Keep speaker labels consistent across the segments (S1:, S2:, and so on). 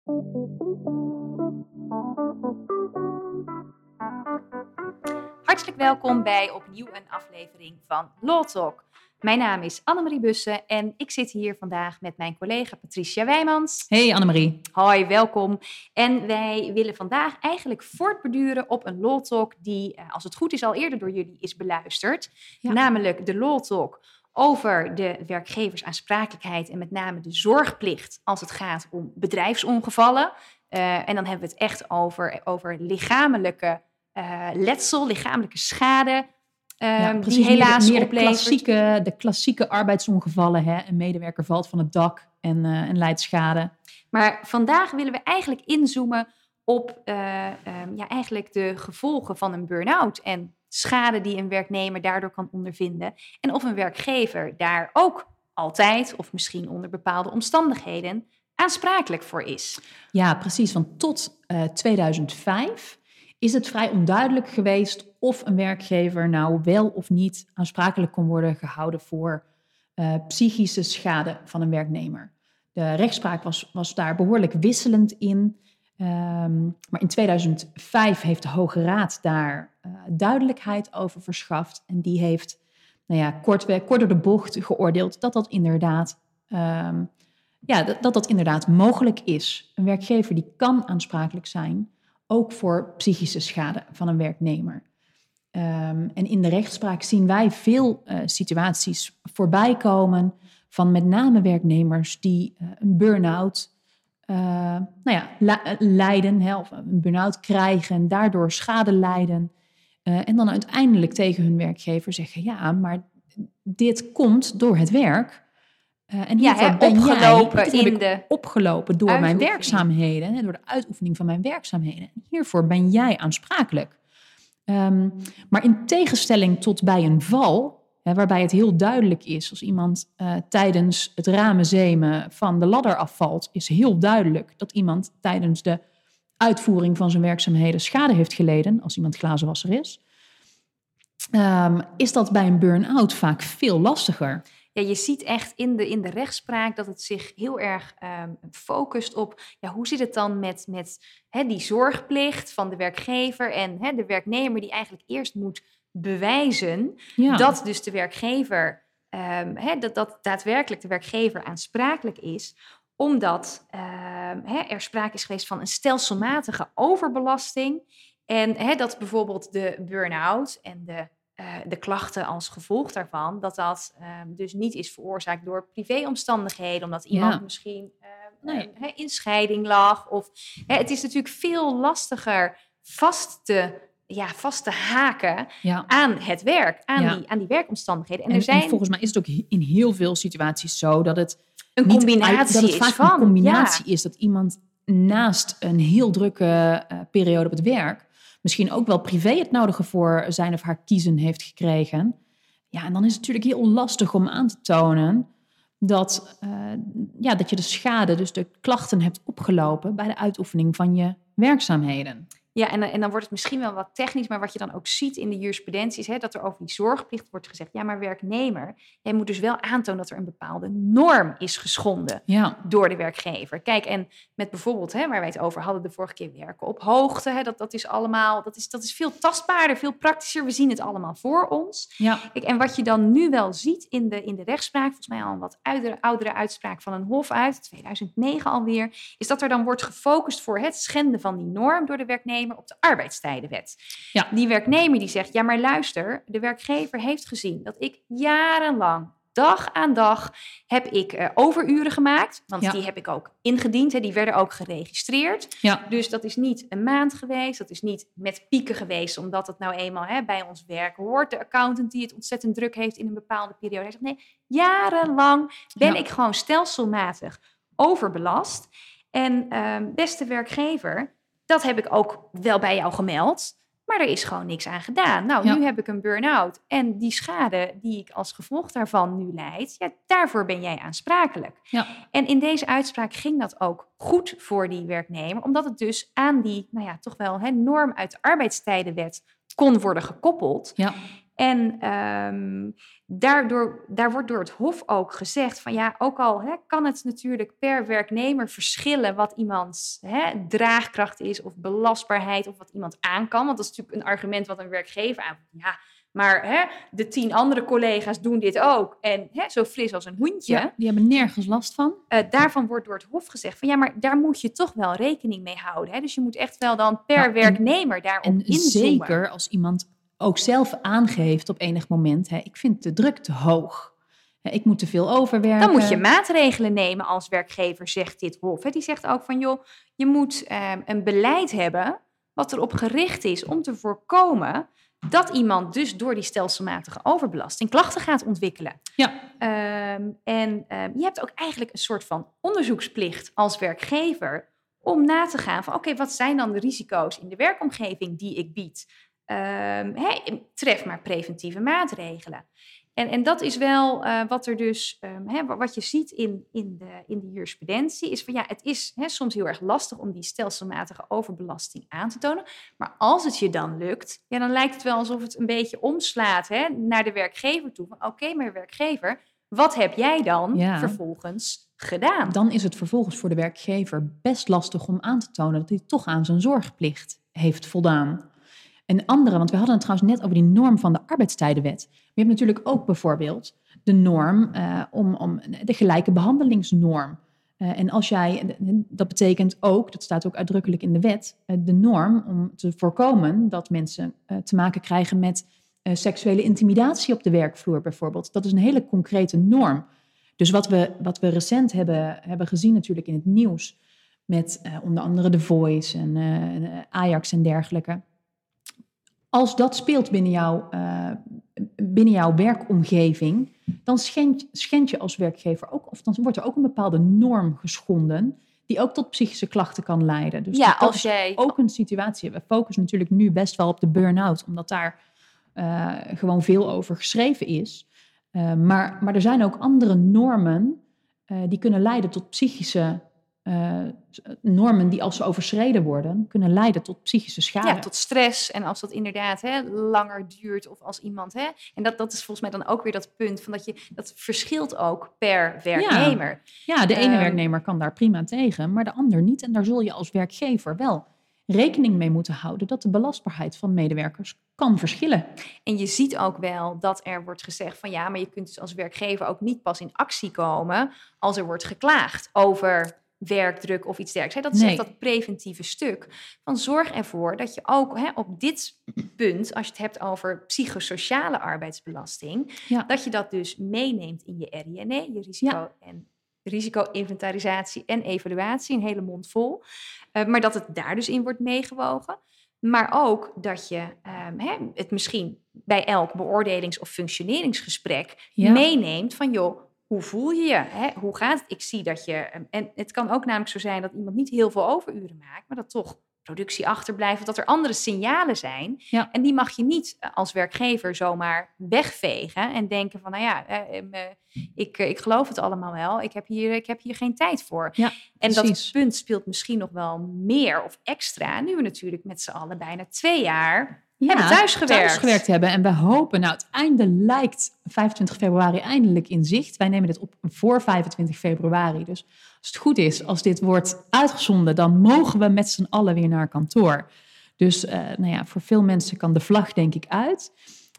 S1: Hartelijk welkom bij opnieuw een aflevering van Law Talk. Mijn naam is Annemarie Bussen en ik zit hier vandaag met mijn collega Patricia Wijmans.
S2: Hey Annemarie.
S1: Hoi, welkom. En wij willen vandaag eigenlijk voortborduren op een Law Talk die, als het goed is, al eerder door jullie is beluisterd. Ja. Namelijk de Law Talk over de werkgeversaansprakelijkheid en met name de zorgplicht als het gaat om bedrijfsongevallen. En dan hebben we het echt over lichamelijke letsel, lichamelijke schade. Die helaas oplevert.
S2: De klassieke arbeidsongevallen. Hè? Een medewerker valt van het dak en lijdt schade.
S1: Maar vandaag willen we eigenlijk inzoomen op eigenlijk de gevolgen van een burn-out en schade die een werknemer daardoor kan ondervinden. En of een werkgever daar ook altijd, of misschien onder bepaalde omstandigheden, aansprakelijk voor is.
S2: Ja, precies. Want tot 2005 is het vrij onduidelijk geweest of een werkgever nou wel of niet aansprakelijk kon worden gehouden voor psychische schade van een werknemer. De rechtspraak was daar behoorlijk wisselend in. Maar in 2005 heeft de Hoge Raad daar duidelijkheid over verschaft. En die heeft kort door de bocht geoordeeld dat dat inderdaad mogelijk is. Een werkgever die kan aansprakelijk zijn, ook voor psychische schade van een werknemer. En in de rechtspraak zien wij veel situaties voorbij komen van met name werknemers die een burn-out lijden, of een burn-out krijgen en daardoor schade lijden. En dan uiteindelijk tegen hun werkgever zeggen, ja, maar dit komt door het werk. En hiervoor opgelopen door mijn werkzaamheden, door de uitoefening van mijn werkzaamheden. En hiervoor ben jij aansprakelijk. Maar in tegenstelling tot bij een val, waarbij het heel duidelijk is als iemand tijdens het ramenzemen van de ladder afvalt, is heel duidelijk dat iemand tijdens de uitvoering van zijn werkzaamheden schade heeft geleden, als iemand glazenwasser is dat bij een burn-out vaak veel lastiger.
S1: Ja, je ziet echt in de rechtspraak dat het zich heel erg focust op hoe zit het dan met die zorgplicht van de werkgever en de werknemer die eigenlijk eerst moet bewijzen dat dus de werkgever, dat daadwerkelijk de werkgever aansprakelijk is, omdat er sprake is geweest van een stelselmatige overbelasting en dat bijvoorbeeld de burn-out en de klachten als gevolg daarvan, dat dus niet is veroorzaakt door privéomstandigheden, omdat iemand misschien in scheiding lag. Of, het is natuurlijk veel lastiger vast te haken aan het werk, aan die werkomstandigheden.
S2: En volgens mij is het ook in heel veel situaties zo dat het
S1: een combinatie is
S2: vaak een combinatie is, dat iemand naast een heel drukke periode op het werk misschien ook wel privé het nodige voor zijn of haar kiezen heeft gekregen. Ja, en dan is het natuurlijk heel lastig om aan te tonen dat je de schade, dus de klachten hebt opgelopen bij de uitoefening van je werkzaamheden.
S1: Ja, en dan wordt het misschien wel wat technisch, maar wat je dan ook ziet in de jurisprudentie is dat er over die zorgplicht wordt gezegd, ja, maar werknemer, jij moet dus wel aantonen dat er een bepaalde norm is geschonden door de werkgever. Kijk, en met bijvoorbeeld, waar wij het over hadden de vorige keer, werken op hoogte, dat is allemaal, dat is veel tastbaarder, veel praktischer. We zien het allemaal voor ons. Ja. Kijk, en wat je dan nu wel ziet in de rechtspraak, volgens mij al een wat oudere uitspraak van een hof uit 2009 alweer, is dat er dan wordt gefocust voor het schenden van die norm door de werknemer op de arbeidstijdenwet. Ja. Die werknemer die zegt, ja maar luister, de werkgever heeft gezien dat ik jarenlang, dag aan dag, heb ik overuren gemaakt. Want die heb ik ook ingediend, die werden ook geregistreerd. Ja. Dus dat is niet een maand geweest, dat is niet met pieken geweest, omdat het nou eenmaal bij ons werk hoort. De accountant die het ontzettend druk heeft in een bepaalde periode. Hij zegt, nee, jarenlang ben ik gewoon stelselmatig overbelast. En beste werkgever, dat heb ik ook wel bij jou gemeld, maar er is gewoon niks aan gedaan. Nou, nu heb ik een burn-out en die schade die ik als gevolg daarvan nu lijd, daarvoor ben jij aansprakelijk. Ja. En in deze uitspraak ging dat ook goed voor die werknemer, omdat het dus aan die, toch wel norm uit de arbeidstijdenwet kon worden gekoppeld. Ja. En daar wordt door het Hof ook gezegd van ja, ook al kan het natuurlijk per werknemer verschillen wat iemands draagkracht is of belastbaarheid of wat iemand aan kan. Want dat is natuurlijk een argument wat een werkgever aanvoert. Ja, maar de 10 andere collega's doen dit ook. En zo fris als een hoentje.
S2: Ja, die hebben nergens last van.
S1: Daarvan wordt door het Hof gezegd van ja, maar daar moet je toch wel rekening mee houden. Hè? Dus je moet echt wel dan per werknemer daarop inzoomen.
S2: Zeker als iemand ook zelf aangeeft op enig moment, ik vind de druk te hoog. Ik moet te veel overwerken.
S1: Dan moet je maatregelen nemen als werkgever, zegt dit Hof. Die zegt ook van joh, je moet een beleid hebben wat erop gericht is om te voorkomen dat iemand dus door die stelselmatige overbelasting klachten gaat ontwikkelen.
S2: Ja.
S1: Je hebt ook eigenlijk een soort van onderzoeksplicht als werkgever om na te gaan van oké, wat zijn dan de risico's in de werkomgeving die ik bied? Tref maar preventieve maatregelen. En dat is wel wat er dus, wat je ziet in de jurisprudentie, is van ja, het is soms heel erg lastig om die stelselmatige overbelasting aan te tonen. Maar als het je dan lukt, ja, dan lijkt het wel alsof het een beetje omslaat naar de werkgever toe. Van oké, maar werkgever, wat heb jij dan vervolgens gedaan?
S2: Dan is het vervolgens voor de werkgever best lastig om aan te tonen dat hij toch aan zijn zorgplicht heeft voldaan. En andere, want we hadden het trouwens net over die norm van de arbeidstijdenwet. Maar je hebt natuurlijk ook bijvoorbeeld de norm om de gelijke behandelingsnorm. En als jij, dat betekent ook, dat staat ook uitdrukkelijk in de wet, de norm om te voorkomen dat mensen te maken krijgen met seksuele intimidatie op de werkvloer bijvoorbeeld. Dat is een hele concrete norm. Dus wat we recent hebben gezien natuurlijk in het nieuws met onder andere The Voice en Ajax en dergelijke. Als dat speelt binnen jouw werkomgeving, dan schend je als werkgever ook, of dan wordt er ook een bepaalde norm geschonden die ook tot psychische klachten kan leiden. Dus
S1: ja,
S2: dat is ook een situatie. We focussen natuurlijk nu best wel op de burn-out, omdat daar gewoon veel over geschreven is. Maar er zijn ook andere normen die kunnen leiden tot psychische normen die als ze overschreden worden, kunnen leiden tot psychische schade.
S1: Ja, tot stress. En als dat inderdaad langer duurt of als iemand... En dat is volgens mij dan ook weer dat punt van dat verschilt ook per werknemer.
S2: Ja, de ene werknemer kan daar prima tegen, maar de ander niet. En daar zul je als werkgever wel rekening mee moeten houden dat de belastbaarheid van medewerkers kan verschillen.
S1: En je ziet ook wel dat er wordt gezegd van ja, maar je kunt dus als werkgever ook niet pas in actie komen als er wordt geklaagd over werkdruk of iets dergelijks. Dat is echt dat preventieve stuk. Van zorg ervoor dat je ook op dit punt, als je het hebt over psychosociale arbeidsbelasting, dat je dat dus meeneemt in je RINE, je risico-inventarisatie en evaluatie, een hele mond vol. Maar dat het daar dus in wordt meegewogen. Maar ook dat je het misschien bij elk beoordelings- of functioneringsgesprek meeneemt van joh, hoe voel je je? Hoe gaat het? Ik zie dat je... En het kan ook namelijk zo zijn dat iemand niet heel veel overuren maakt, maar dat toch productie achterblijft, of dat er andere signalen zijn. Ja. En die mag je niet als werkgever zomaar wegvegen en denken van, nou ja, ik geloof het allemaal wel. Ik heb hier geen tijd voor. Ja, en dat punt speelt misschien nog wel meer of extra, nu we natuurlijk met z'n allen bijna 2 jaar hebben thuisgewerkt
S2: hebben. En we hopen, het einde lijkt 25 februari eindelijk in zicht. Wij nemen dit op voor 25 februari. Dus als het goed is, als dit wordt uitgezonden, dan mogen we met z'n allen weer naar kantoor. Dus voor veel mensen kan de vlag denk ik uit.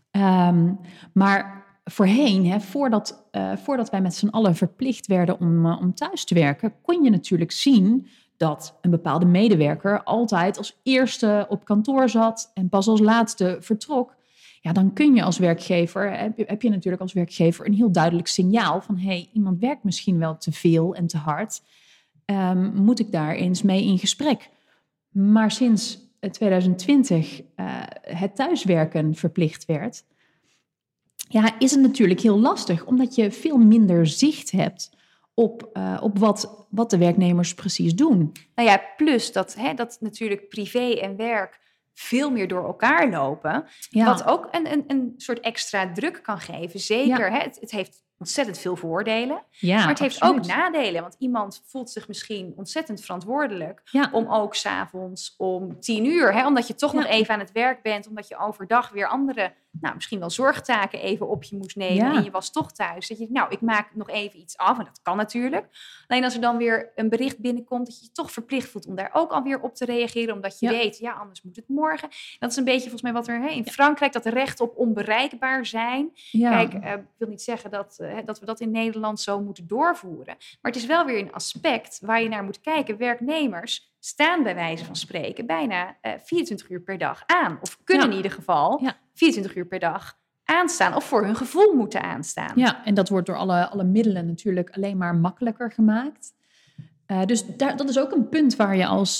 S2: Maar voorheen, voordat wij met z'n allen verplicht werden om thuis te werken, kon je natuurlijk zien dat een bepaalde medewerker altijd als eerste op kantoor zat en pas als laatste vertrok. Ja, dan kun je als werkgever, heb je natuurlijk als werkgever een heel duidelijk signaal van iemand werkt misschien wel te veel en te hard. Moet ik daar eens mee in gesprek? Maar sinds 2020 het thuiswerken verplicht werd, is het natuurlijk heel lastig, omdat je veel minder zicht hebt op wat de werknemers precies doen.
S1: Nou ja, plus dat natuurlijk privé en werk veel meer door elkaar lopen. Ja. Wat ook een soort extra druk kan geven. Zeker, het heeft ontzettend veel voordelen.
S2: Ja,
S1: maar het heeft
S2: absoluut.
S1: ook nadelen. Want iemand voelt zich misschien ontzettend verantwoordelijk... om ook 's avonds om 10:00... omdat je toch nog even aan het werk bent... omdat je overdag weer andere... misschien wel zorgtaken even op je moest nemen... en je was toch thuis. Dat je ik maak nog even iets af. En dat kan natuurlijk. Alleen als er dan weer een bericht binnenkomt... dat je je toch verplicht voelt om daar ook alweer op te reageren... omdat je weet, anders moet het morgen. Dat is een beetje volgens mij wat er in Frankrijk... dat recht op onbereikbaar zijn. Ja. Kijk, ik wil niet zeggen dat we dat in Nederland zo moeten doorvoeren. Maar het is wel weer een aspect waar je naar moet kijken. Werknemers staan bij wijze van spreken bijna 24 uur per dag aan. Of kunnen in ieder geval 24 uur per dag aanstaan. Of voor hun gevoel moeten aanstaan.
S2: Ja, en dat wordt door alle middelen natuurlijk alleen maar makkelijker gemaakt. Dus dat is ook een punt waar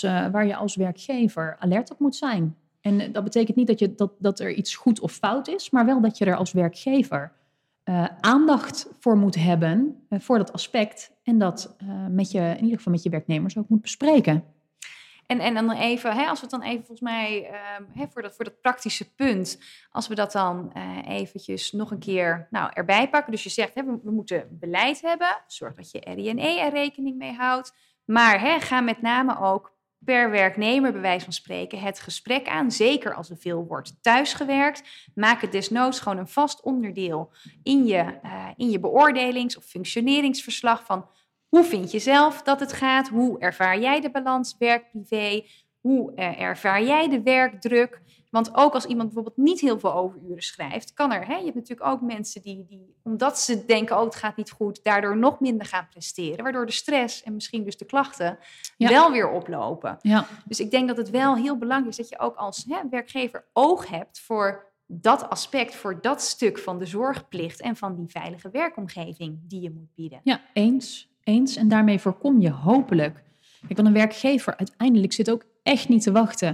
S2: je als werkgever alert op moet zijn. En dat betekent niet dat er iets goed of fout is, maar wel dat je er als werkgever aandacht voor moet hebben voor dat aspect. En dat in ieder geval met je werknemers ook moet bespreken.
S1: En dan even, als we het dan even volgens mij, voor dat praktische punt, als we dat dan eventjes nog een keer erbij pakken. Dus je zegt, we moeten beleid hebben. Zorg dat je RINE er rekening mee houdt. Maar ga met name ook per werknemer, bij wijze van spreken, het gesprek aan. Zeker als er veel wordt thuisgewerkt. Maak het desnoods gewoon een vast onderdeel in je beoordelings- of functioneringsverslag van... Hoe vind je zelf dat het gaat? Hoe ervaar jij de balans werk-privé? Hoe ervaar jij de werkdruk? Want ook als iemand bijvoorbeeld niet heel veel overuren schrijft, kan er... je hebt natuurlijk ook mensen die omdat ze denken, het gaat niet goed, daardoor nog minder gaan presteren. Waardoor de stress en misschien dus de klachten wel weer oplopen. Ja. Dus ik denk dat het wel heel belangrijk is dat je ook als werkgever oog hebt voor dat aspect, voor dat stuk van de zorgplicht en van die veilige werkomgeving die je moet bieden.
S2: Ja, eens. En daarmee voorkom je hopelijk... Kijk, want een werkgever uiteindelijk zit ook echt niet te wachten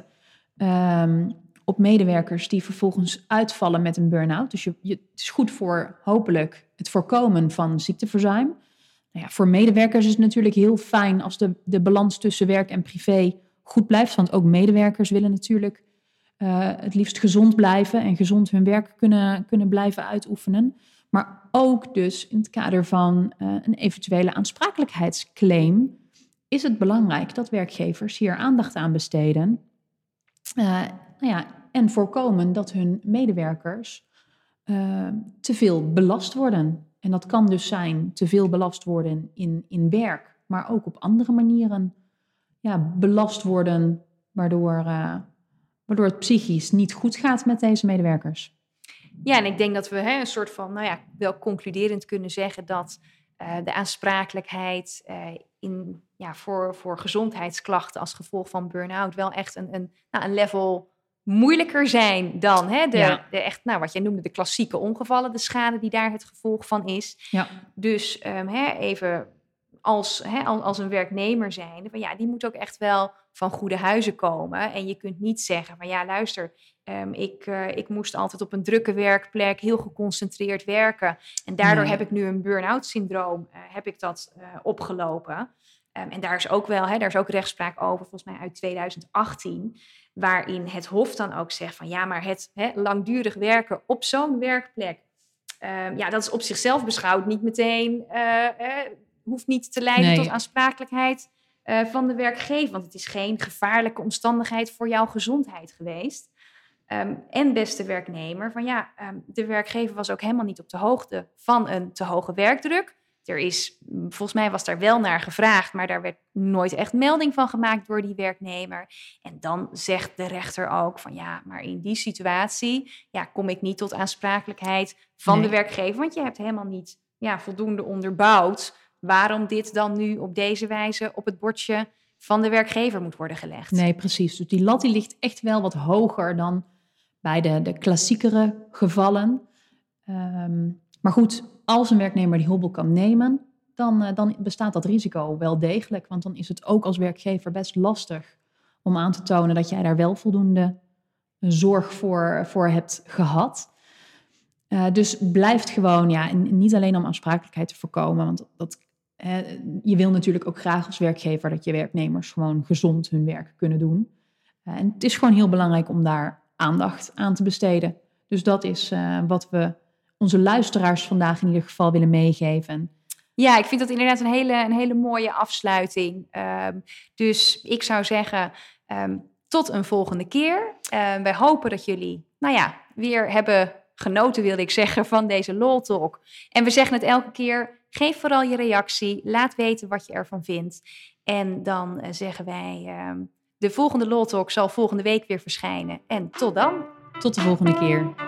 S2: op medewerkers die vervolgens uitvallen met een burn-out. Dus het is goed voor hopelijk het voorkomen van ziekteverzuim. Voor medewerkers is het natuurlijk heel fijn als de balans tussen werk en privé goed blijft. Want ook medewerkers willen natuurlijk het liefst gezond blijven en gezond hun werk kunnen blijven uitoefenen. Maar ook dus in het kader van een eventuele aansprakelijkheidsclaim is het belangrijk dat werkgevers hier aandacht aan besteden. En voorkomen dat hun medewerkers te veel belast worden. En dat kan dus zijn te veel belast worden in werk, maar ook op andere manieren belast worden, waardoor het psychisch niet goed gaat met deze medewerkers.
S1: Ja, en ik denk dat we een soort van, wel concluderend kunnen zeggen dat de aansprakelijkheid voor gezondheidsklachten als gevolg van burn-out wel echt een level moeilijker zijn dan wat jij noemde de klassieke ongevallen, de schade die daar het gevolg van is. Ja. Dus even als een werknemer zijnde, die moet ook echt wel van goede huizen komen. En je kunt niet zeggen van luister, ik moest altijd op een drukke werkplek heel geconcentreerd werken. En daardoor heb ik nu een burn-out syndroom, heb ik dat opgelopen. En daar is ook daar is ook rechtspraak over, volgens mij uit 2018, waarin het Hof dan ook zegt van maar het langdurig werken op zo'n werkplek, dat is op zichzelf beschouwd niet meteen, hoeft niet te leiden tot aansprakelijkheid van de werkgever. Want het is geen gevaarlijke omstandigheid voor jouw gezondheid geweest. En beste werknemer, de werkgever was ook helemaal niet op de hoogte van een te hoge werkdruk. Volgens mij was daar wel naar gevraagd, maar daar werd nooit echt melding van gemaakt door die werknemer. En dan zegt de rechter ook van maar in die situatie kom ik niet tot aansprakelijkheid van de werkgever. Want je hebt helemaal niet voldoende onderbouwd waarom dit dan nu op deze wijze op het bordje van de werkgever moet worden gelegd.
S2: Nee, precies. Dus die lat die ligt echt wel wat hoger dan bij de klassiekere gevallen. Maar goed, als een werknemer die hulp kan nemen, dan bestaat dat risico wel degelijk. Want dan is het ook als werkgever best lastig om aan te tonen dat jij daar wel voldoende zorg voor hebt gehad. Dus blijft gewoon, en niet alleen om aansprakelijkheid te voorkomen, want je wil natuurlijk ook graag als werkgever dat je werknemers gewoon gezond hun werk kunnen doen. En het is gewoon heel belangrijk om daar aandacht aan te besteden. Dus dat is wat we onze luisteraars vandaag in ieder geval willen meegeven?
S1: Ja, ik vind dat inderdaad een hele mooie afsluiting. Dus ik zou zeggen, tot een volgende keer. Wij hopen dat jullie, weer hebben genoten, wilde ik zeggen, van deze LOL Talk. En we zeggen het elke keer, geef vooral je reactie. Laat weten wat je ervan vindt. En dan zeggen wij, de volgende LOL Talk zal volgende week weer verschijnen. En tot dan.
S2: Tot de volgende keer.